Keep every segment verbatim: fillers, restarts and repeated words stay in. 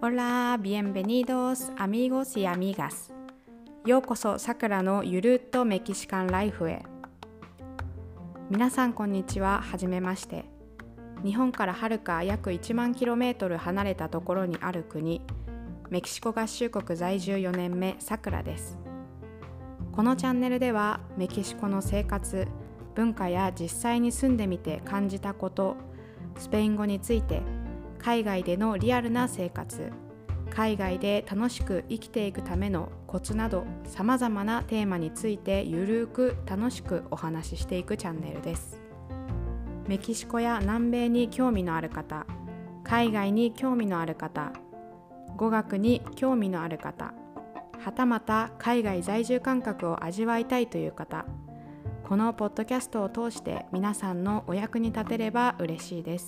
Hola, bienvenidos, amigos y amigas. ようこそさくらのゆるっとメキシカンライフへ。皆さんこんにちは、はじめまして。日本からはるか約いちまんキロメートル離れたところにある国、メキシコ合衆国在住よねんめ、さくらです。このチャンネルではメキシコの生活、文化や実際に住んでみて感じたこと、スペイン語について、海外でのリアルな生活、海外で楽しく生きていくためのコツなど、さまざまなテーマについてゆるく楽しくお話ししていくチャンネルです。メキシコや南米に興味のある方、海外に興味のある方、語学に興味のある方、はたまた海外在住感覚を味わいたいという方、このポッドキャストを通して皆さんのお役に立てれば嬉しいです。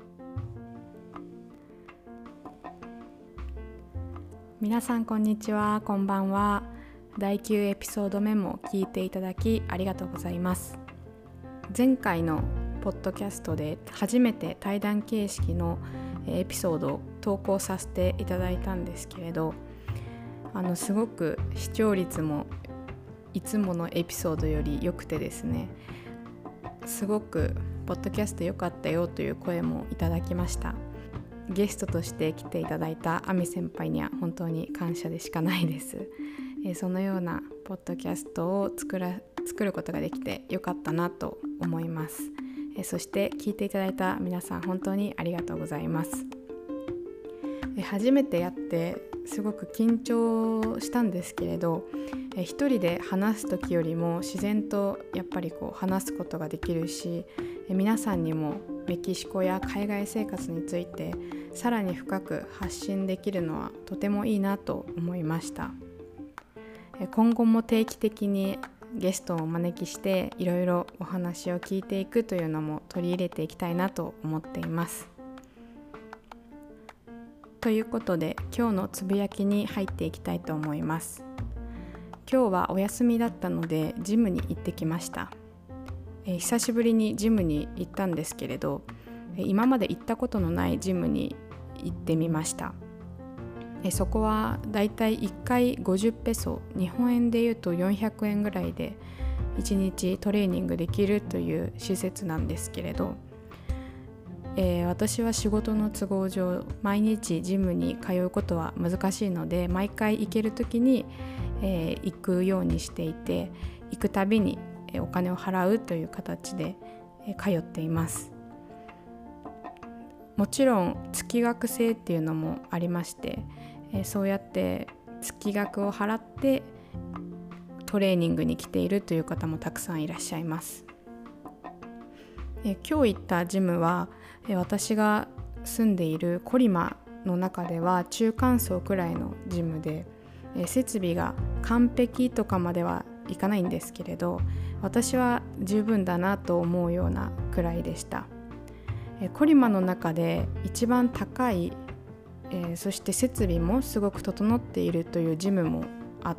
皆さんこんにちは、こんばんは。だいきゅうエピソード目も聞いていただきありがとうございます。前回のポッドキャストで初めて対談形式のエピソードを投稿させていただいたんですけれど、あのすごく視聴率もいつものエピソードより良くてですね、すごくポッドキャスト良かったよという声もいただきました。ゲストとして来ていただいたアミ先輩には本当に感謝でしかないです。えー、そのようなポッドキャストを作ら、作ることができてよかったなと思います。えー、そして聞いていただいた皆さん本当にありがとうございます。えー、初めてやってすごく緊張したんですけれど、えー、一人で話す時よりも自然とやっぱりこう話すことができるし、えー、皆さんにもメキシコや海外生活についてさらに深く発信できるのはとてもいいなと思いました。今後も定期的にゲストをお招きしていろいろお話を聞いていくというのも取り入れていきたいなと思っています。ということで今日のつぶやきに入っていきたいと思います。今日はお休みだったのでジムに行ってきました。えー、久しぶりにジムに行ったんですけれど、今まで行ったことのないジムに行ってみました。えそこはだいたいいっかいごじゅうペソ、日本円でいうとよんひゃくえんぐらいでいちにちトレーニングできるという施設なんですけれど、えー、私は仕事の都合上毎日ジムに通うことは難しいので、毎回行ける時に、えー、行くようにしていて、行くたびにお金を払うという形で通っています。もちろん月額制っていうのもありまして、そうやって月額を払ってトレーニングに来ているという方もたくさんいらっしゃいます。今日行ったジムは私が住んでいるコリマの中では中間層くらいのジムで、設備が完璧とかまではいかないんですけれど、私は十分だなと思うようなくらいでした。コリマの中で一番高い、えー、そして設備もすごく整っているというジムもあって、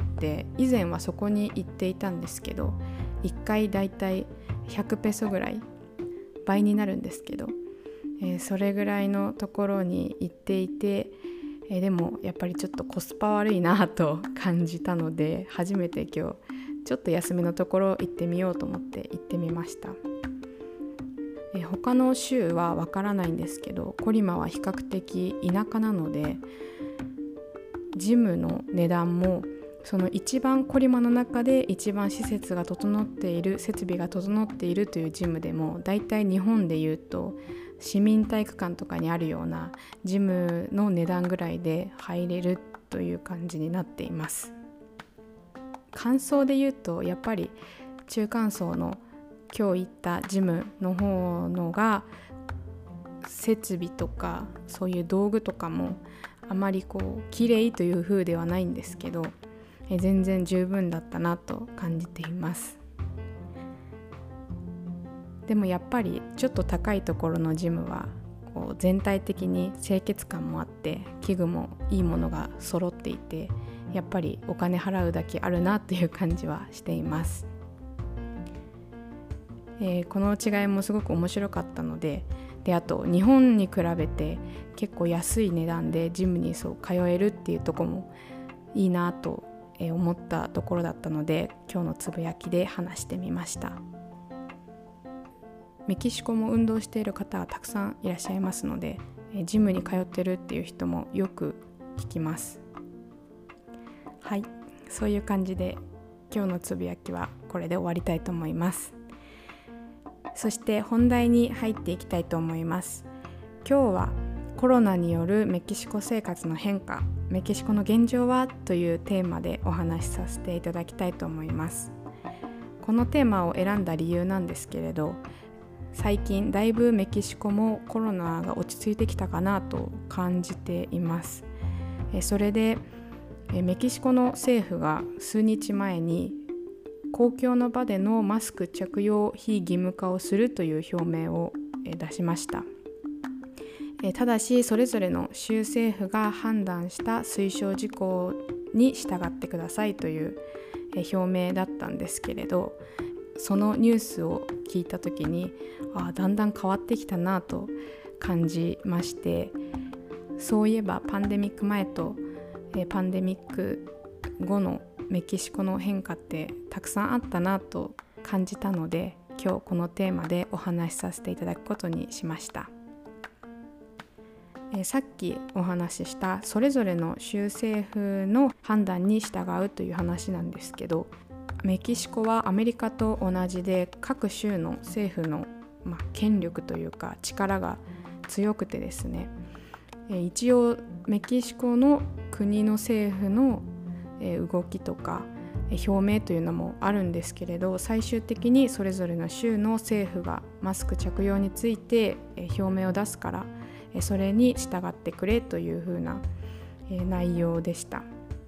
以前はそこに行っていたんですけど、いっかいだいたいひゃくペソぐらい、倍になるんですけど、えー、それぐらいのところに行っていて、えー、でもやっぱりちょっとコスパ悪いなと感じたので、初めて今日ちょっと休みのところ行ってみようと思って行ってみました。え他の州はわからないんですけど、コリマは比較的田舎なので、ジムの値段もその一番コリマの中で一番施設が整っている、設備が整っているというジムでも、だいたい日本でいうと市民体育館とかにあるようなジムの値段ぐらいで入れるという感じになっています。感想で言うとやっぱり中間層の今日行ったジムの方のが設備とかそういう道具とかもあまりこう綺麗という風ではないんですけど、え全然十分だったなと感じています。でもやっぱりちょっと高いところのジムはこう全体的に清潔感もあって、器具もいいものが揃っていて、やっぱりお金払うだけあるなという感じはしています。えー、この違いもすごく面白かったので、 であと日本に比べて結構安い値段でジムにそう通えるっていうところもいいなと思ったところだったので、今日のつぶやきで話してみました。メキシコも運動している方がたくさんいらっしゃいますので、ジムに通ってるっていう人もよく聞きます。はい、そういう感じで今日のつぶやきはこれで終わりたいと思います。そして本題に入っていきたいと思います。今日はコロナによるメキシコ生活の変化、メキシコの現状はというテーマでお話しさせていただきたいと思います。このテーマを選んだ理由なんですけれど、最近だいぶメキシコもコロナが落ち着いてきたかなと感じています。それでメキシコの政府が数日前に公共の場でのマスク着用非義務化をするという表明を出しました。ただしそれぞれの州政府が判断した推奨事項に従ってくださいという表明だったんですけれど、そのニュースを聞いた時にあだんだん変わってきたなと感じまして、そういえばパンデミック前とパンデミック後のメキシコの変化ってたくさんあったなと感じたので、今日このテーマでお話しさせていただくことにしました。えー、さっきお話ししたそれぞれの州政府の判断に従うという話なんですけど、メキシコはアメリカと同じで各州の政府の、まあ、権力というか力が強くてですね、えー、一応メキシコの国の政府の動きとか表明というのもあるんですけれど、最終的にそれぞれの州の政府がマスク着用について表明を出すからそれに従ってくれというふうな内容でした。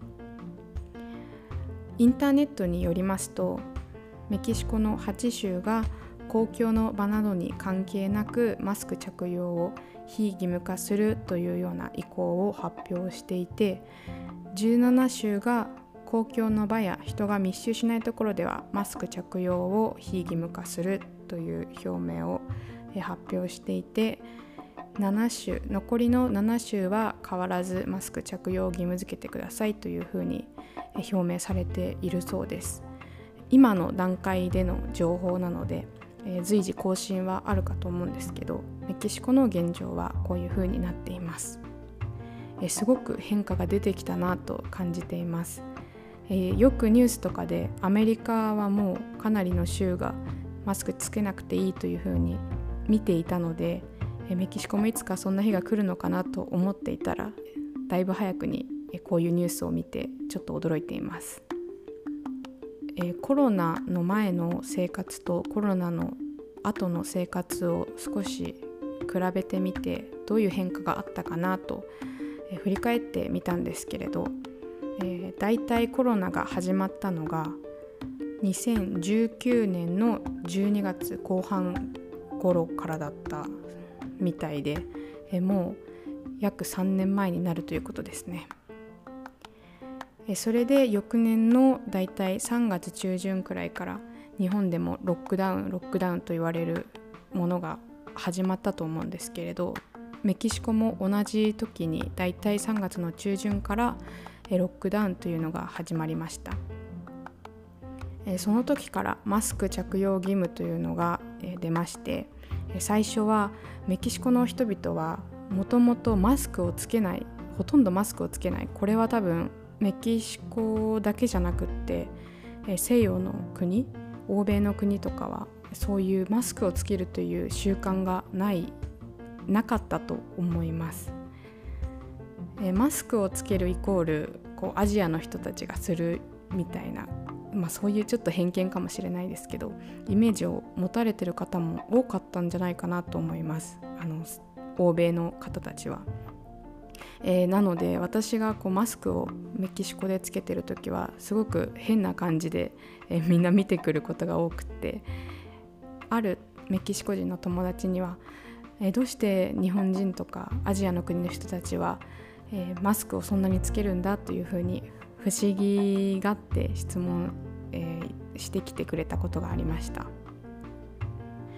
インターネットによりますと、メキシコのはち州が公共の場などに関係なくマスク着用を非義務化するというような意向を発表していて、じゅうなな州が公共の場や人が密集しないところではマスク着用を非義務化するという表明を発表していて、なな州、残りのなな州は変わらずマスク着用を義務付けてくださいというふうに表明されているそうです。今の段階での情報なので、えー、随時更新はあるかと思うんですけど、メキシコの現状はこういうふうになっています。えー、すごく変化が出てきたなと感じています。えー、よくニュースとかでアメリカはもうかなりの州がマスクつけなくていいというふうに見ていたので、メキシコもいつかそんな日が来るのかなと思っていたら、だいぶ早くにこういうニュースを見てちょっと驚いています。えー、コロナの前の生活とコロナの後の生活を少し比べてみて、どういう変化があったかなと、えー、振り返ってみたんですけれど、えー、だいたいコロナが始まったのがにせんじゅうきゅうねんのじゅうにがつこう半頃からだったみたいで、えもう約さんねんまえになるということですね。えそれで翌年のだいたいさんがつちゅうじゅんくらいから日本でもロックダウンロックダウンと言われるものが始まったと思うんですけれど、メキシコも同じ時にだいたいさんがつの中旬からロックダウンというのが始まりました。その時からマスク着用義務というのが出まして、最初はメキシコの人々はもともとマスクをつけない、ほとんどマスクをつけない、これは多分メキシコだけじゃなくって西洋の国、欧米の国とかはそういうマスクをつけるという習慣がないなかったと思います。マスクをつけるイコールこうアジアの人たちがするみたいな、まあ、そういうちょっと偏見かもしれないですけど、イメージを持たれてる方も多かったんじゃないかなと思います。あの欧米の方たちは、えー、なので私がこうマスクをメキシコでつけてる時はすごく変な感じで、えー、みんな見てくることが多くて、あるメキシコ人の友達には、えー、どうして日本人とかアジアの国の人たちは、えー、マスクをそんなにつけるんだというふうに不思議がって質問、えー、してきてくれたことがありました。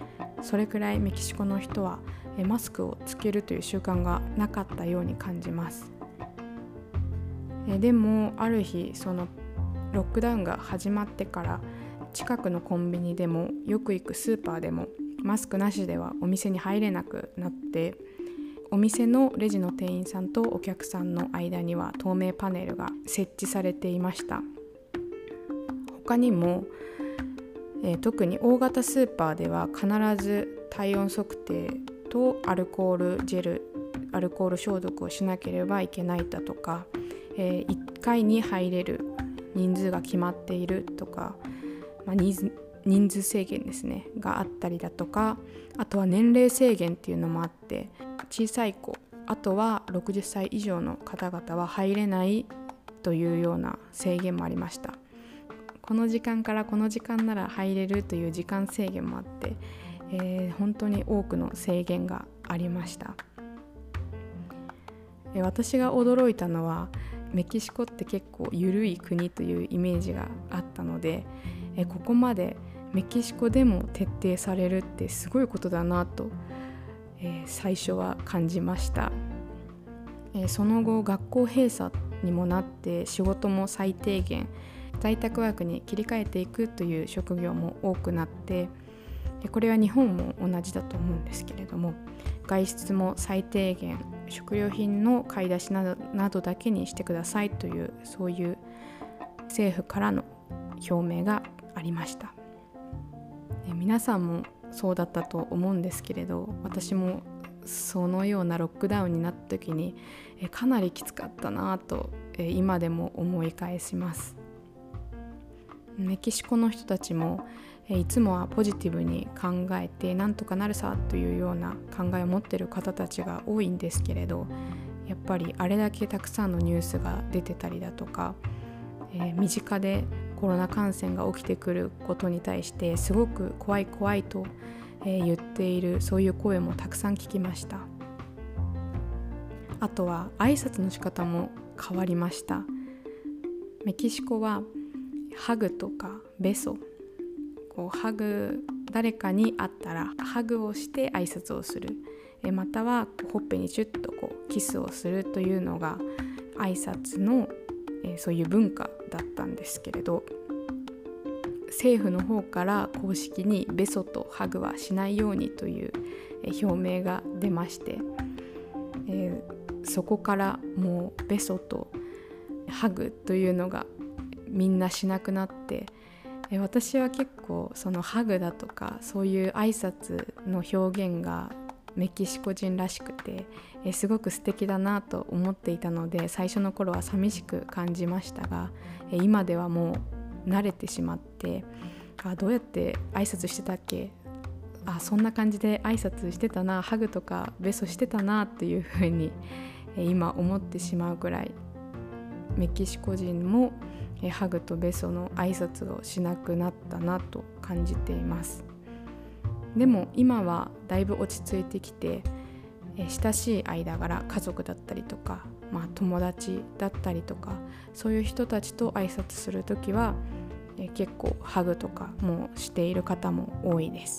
それくらいメキシコの人はマスクをつけるという習慣がなかったように感じます。でもある日、そのロックダウンが始まってから近くのコンビニでもよく行くスーパーでもマスクなしではお店に入れなくなって、お店のレジの店員さんとお客さんの間には透明パネルが設置されていました。他にも、えー、特に大型スーパーでは必ず体温測定とアルコールジェルアルコール消毒をしなければいけないだとか、えー、いっかいに入れる人数が決まっているとか、まあ、人数、人数制限ですねがあったりだとか、あとは年齢制限っていうのもあって、小さい子、あとはろくじゅっさい以上の方々は入れないというような制限もありました。この時間からこの時間なら入れるという時間制限もあって、えー、本当に多くの制限がありました。えー、私が驚いたのは、メキシコって結構緩い国というイメージがあったので、えー、ここまでメキシコでも徹底されるってすごいことだなと、えー、最初は感じました。えー、その後学校閉鎖にもなって仕事も最低限在宅ワークに切り替えていくという職業も多くなって、これは日本も同じだと思うんですけれども、外出も最低限食料品の買い出しなど、などだけにしてくださいという、そういう政府からの表明がありました。皆さんもそうだったと思うんですけれど、私もそのようなロックダウンになった時にかなりきつかったなと今でも思い返します。メキシコの人たちもいつもはポジティブに考えてなんとかなるさというような考えを持っている方たちが多いんですけれど、やっぱりあれだけたくさんのニュースが出てたりだとか、えー、身近でコロナ感染が起きてくることに対してすごく怖い怖いと、えー、言っている、そういう声もたくさん聞きました。あとは挨拶の仕方も変わりました。メキシコはハグとかベソ、こうハグ、誰かに会ったらハグをして挨拶をする、えまたはほっぺにチュッとこうキスをするというのが挨拶の、えそういう文化だったんですけれど、政府の方から公式にベソとハグはしないようにという表明が出まして、えー、そこからもうベソとハグというのがみんなしなくなって、え私は結構そのハグだとかそういう挨拶の表現がメキシコ人らしくて、えすごく素敵だなと思っていたので、最初の頃は寂しく感じましたが、え今ではもう慣れてしまって、あ、どうやって挨拶してたっけ、あ、そんな感じで挨拶してたな、ハグとかベソしてたなっていうふうに、え今思ってしまうくらいメキシコ人もハグとベソの挨拶をしなくなったなと感じています。でも今はだいぶ落ち着いてきて、親しい間柄、家族だったりとか、まあ、友達だったりとか、そういう人たちと挨拶するときは結構ハグとかもしている方も多いです。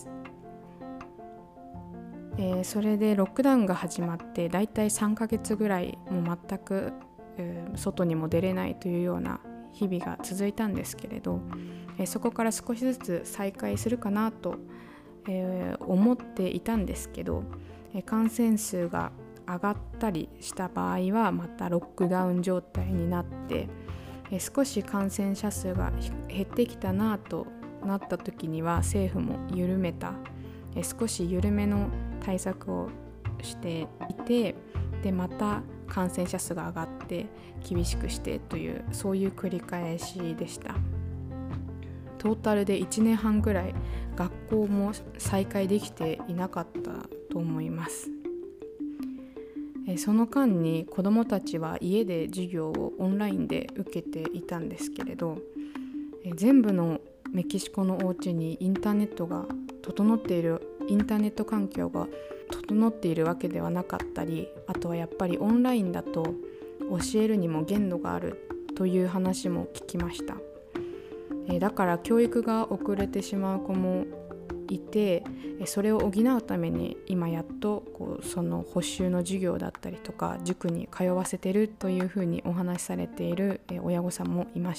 えー、それでロックダウンが始まってだいたいさんかげつぐらいもう全く、えー、外にも出れないというような日々が続いたんですけれど、えー、そこから少しずつ再開するかなと、えー、思っていたんですけど、えー、感染数が上がったりした場合はまたロックダウン状態になって、えー、少し感染者数が減ってきたなとなった時には政府も緩めた、えー、少し緩めの対策をしていて、でまた感染者数が上がって厳しくしてという、そういう繰り返しでした。トータルでいちねんはんぐらい学校も再開できていなかったと思います。その間に子どもたちは家で授業をオンラインで受けていたんですけれど、全部のメキシコのお家にインターネットが整っているインターネット環境が整っているわけではなかったり、あとはやっぱりオンラインだと教えるにも限度があるという話も聞きました。えー、だから教育が遅れてしまう子もいて、それを補うために今やっとこうその補習の授業だったりとか塾に通わせてるというふうにお話しされている親御さんもいました。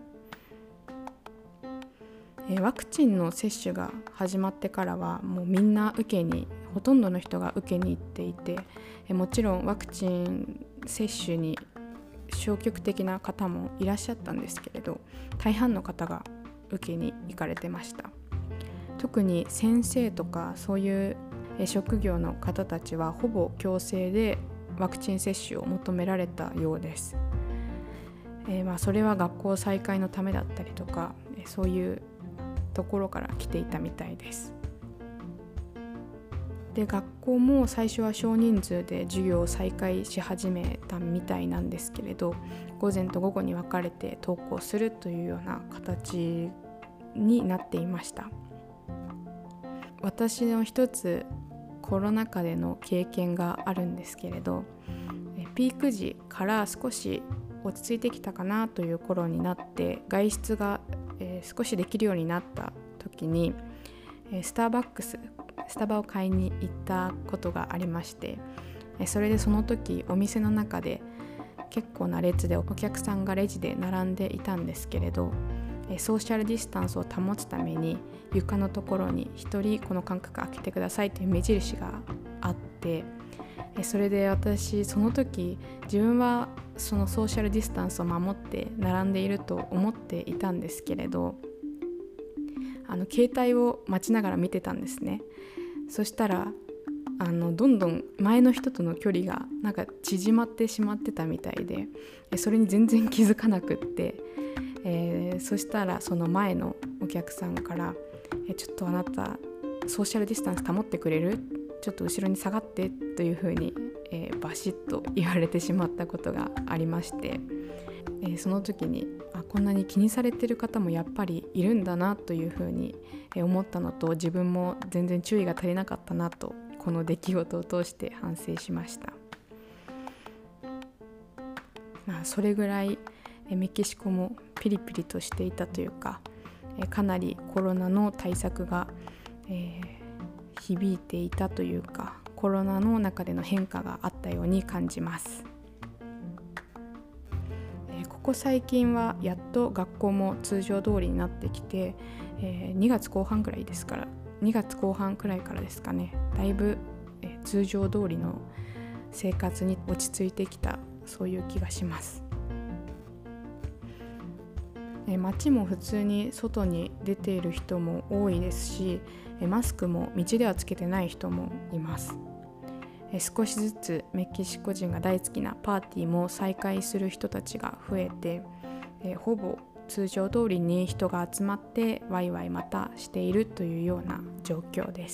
ワクチンの接種が始まってからはもうみんな受けにほとんどの人が受けに行っていて、もちろんワクチン接種に消極的な方もいらっしゃったんですけれど、大半の方が受けに行かれてました。特に先生とかそういう職業の方たちはほぼ強制でワクチン接種を求められたようです。えー、まあそれは学校再開のためだったりとか、そういうところから来ていたみたいです。で、学校も最初は少人数で授業を再開し始めたみたいなんですけれど、午前と午後に分かれて登校するというような形になっていました。私の一つコロナ禍での経験があるんですけれど、ピーク時から少し落ち着いてきたかなという頃になって外出がえー、少しできるようになった時に、えー、スターバックススタバを買いに行ったことがありまして、えー、それでその時お店の中で結構な列でお客さんがレジで並んでいたんですけれど、えー、ソーシャルディスタンスを保つために床のところに一人この間隔空けてくださいという目印があって、それで私その時自分はそのソーシャルディスタンスを守って並んでいると思っていたんですけれど、あの携帯を待ちながら見てたんですね。そしたらあのどんどん前の人との距離がなんか縮まってしまってたみたいで、それに全然気づかなくって、えー、そしたらその前のお客さんからえちょっとあなたソーシャルディスタンス保ってくれる？ちょっと後ろに下がってというふうに、えー、バシッと言われてしまったことがありまして、えー、その時にあこんなに気にされてる方もやっぱりいるんだなというふうに思ったのと、自分も全然注意が足りなかったなとこの出来事を通して反省しました。まあ、それぐらいメキシコもピリピリとしていたというか、かなりコロナの対策が、えー響いていたというか、コロナの中での変化があったように感じます。えー、ここ最近はやっと学校も通常通りになってきて、えー、にがつこう半くらいですからにがつこう半くらいからですかね、だいぶ、えー、通常通りの生活に落ち着いてきた、そういう気がします。えー、街も普通に外に出ている人も多いですし、マスクも道ではつけてない人もいます。少しずつメキシコ人が大好きなパーティーも再開する人たちが増えて、ほぼ通常通りに人が集まってワイワイまたしているというような状況です。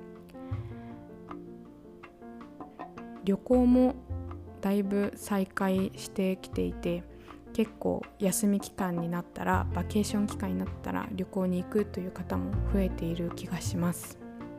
旅行もだいぶ再開してきていて、結構休み期間になったらバケーション期間になったら旅行に行くという方も増えている気がします。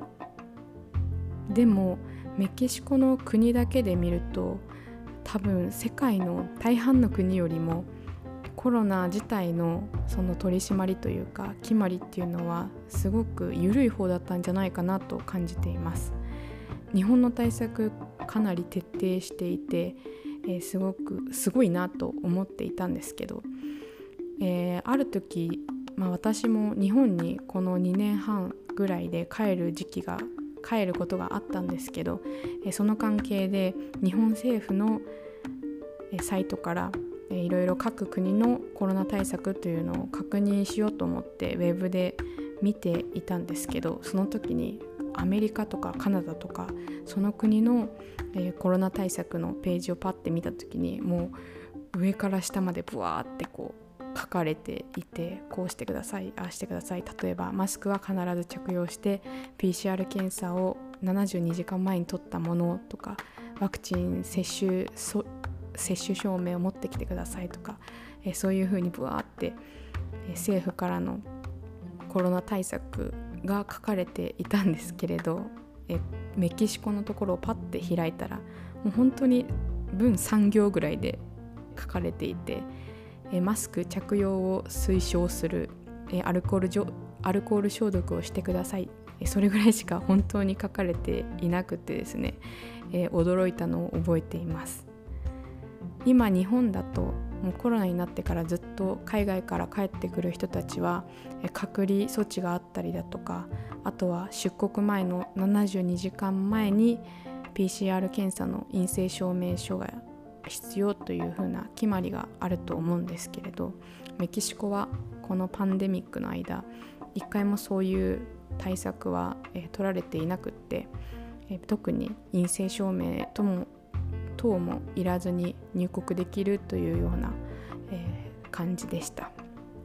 でもメキシコの国だけで見ると、多分世界の大半の国よりもコロナ自体のその取り締まりというか決まりっていうのはすごく緩い方だったんじゃないかなと感じています。日本の対策かなり徹底していて、えー、すごくすごいなと思っていたんですけど、えー、ある時、まあ、私も日本にこのにねんはんぐらいで帰る時期が帰ることがあったんですけど、えー、その関係で日本政府の、えー、サイトから、えー、いろいろ各国のコロナ対策というのを確認しようと思ってウェブで見ていたんですけど、その時にアメリカとかカナダとかその国の、えー、コロナ対策のページをパッて見た時に、もう上から下までブワーってこう書かれていて、こうしてください、ああしてください、例えばマスクは必ず着用して ピーシーアール 検査をななじゅうにじかんまえに取ったものとか、ワクチン接種接種証明を持ってきてくださいとか、えー、そういうふうにブワーって、えー、政府からのコロナ対策が書かれていたんですけれど、えメキシコのところをパッて開いたら、もう本当に文さん行ぐらいで書かれていて、えマスク着用を推奨する、えアルコールじょアルコール消毒をしてください、それぐらいしか本当に書かれていなくてですね、えー、驚いたのを覚えています。今日本だともうコロナになってからずっと海外から帰ってくる人たちは隔離措置があったりだとか、あとは出国前のななじゅうにじかんまえに ピーシーアール 検査の陰性証明書が必要というふうな決まりがあると思うんですけれど、メキシコはこのパンデミックの間一回もそういう対策は、えー、取られていなくって、えー、特に陰性証明とも等もいらずに入国できるというような、えー、感じでした。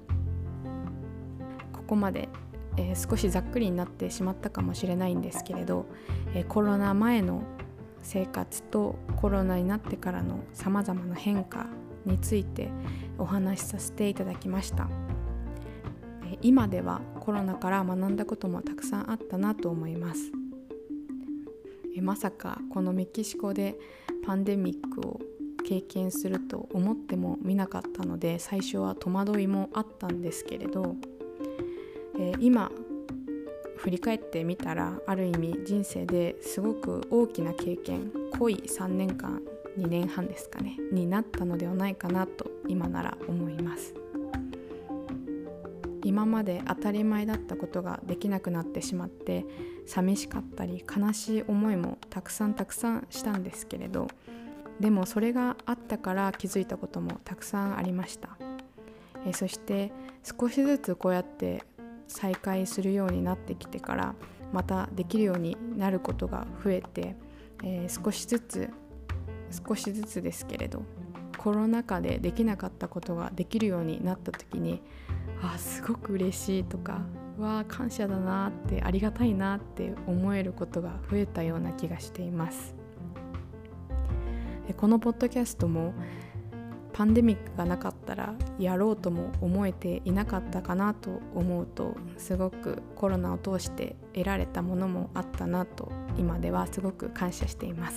ここまで、えー、少しざっくりになってしまったかもしれないんですけれど、えー、コロナ前の生活とコロナになってからのさまざまな変化についてお話しさせていただきました。えー、今ではコロナから学んだこともたくさんあったなと思います。えー、まさかこのメキシコでパンデミックを経験すると思ってもみなかったので、最初は戸惑いもあったんですけれど、えー、今振り返ってみたら、ある意味人生ですごく大きな経験、濃いさんねんかんにねんはんですかねになったのではないかなと今なら思います。今まで当たり前だったことができなくなってしまって寂しかったり悲しい思いもたくさんたくさんしたんですけれど、でもそれがあったから気づいたこともたくさんありました。えそして少しずつこうやって再開するようになってきてから、またできるようになることが増えて、えー、少しずつ少しずつですけれど、コロナ禍でできなかったことができるようになった時に、あすごく嬉しいとか、わあ感謝だなって、ありがたいなって思えることが増えたような気がしています。このポッドキャストもパンデミックがなかったらやろうとも思えていなかったかなと思うと、すごくコロナを通して得られたものもあったなと今ではすごく感謝しています。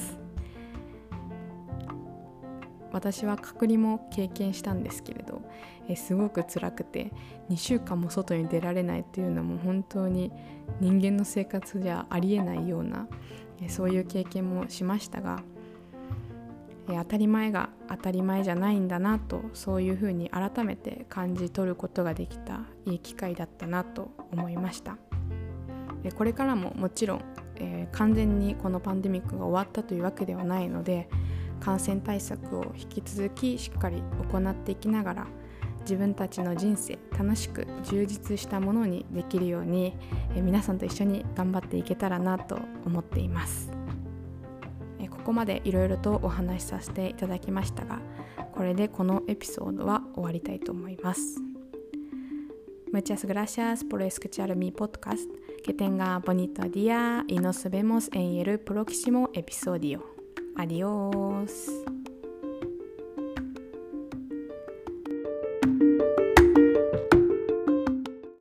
私は隔離も経験したんですけれど、えすごく辛くてにしゅうかんも外に出られないというのも本当に人間の生活じゃありえないような、えそういう経験もしましたが、え当たり前が当たり前じゃないんだなと、そういうふうに改めて感じ取ることができたいい機会だったなと思いました。でこれからももちろん、えー、完全にこのパンデミックが終わったというわけではないので、感染対策を引き続きしっかり行っていきながら、自分たちの人生楽しく充実したものにできるように、えー、皆さんと一緒に頑張っていけたらなと思っています。ここまでいろいろとお話しさせていただきましたが、これでこのエピソードは終わりたいと思います。Muchas gracias por escuchar mi podcast. Que tenga bonito día y nos vemos en el próximo episodio. Adiós.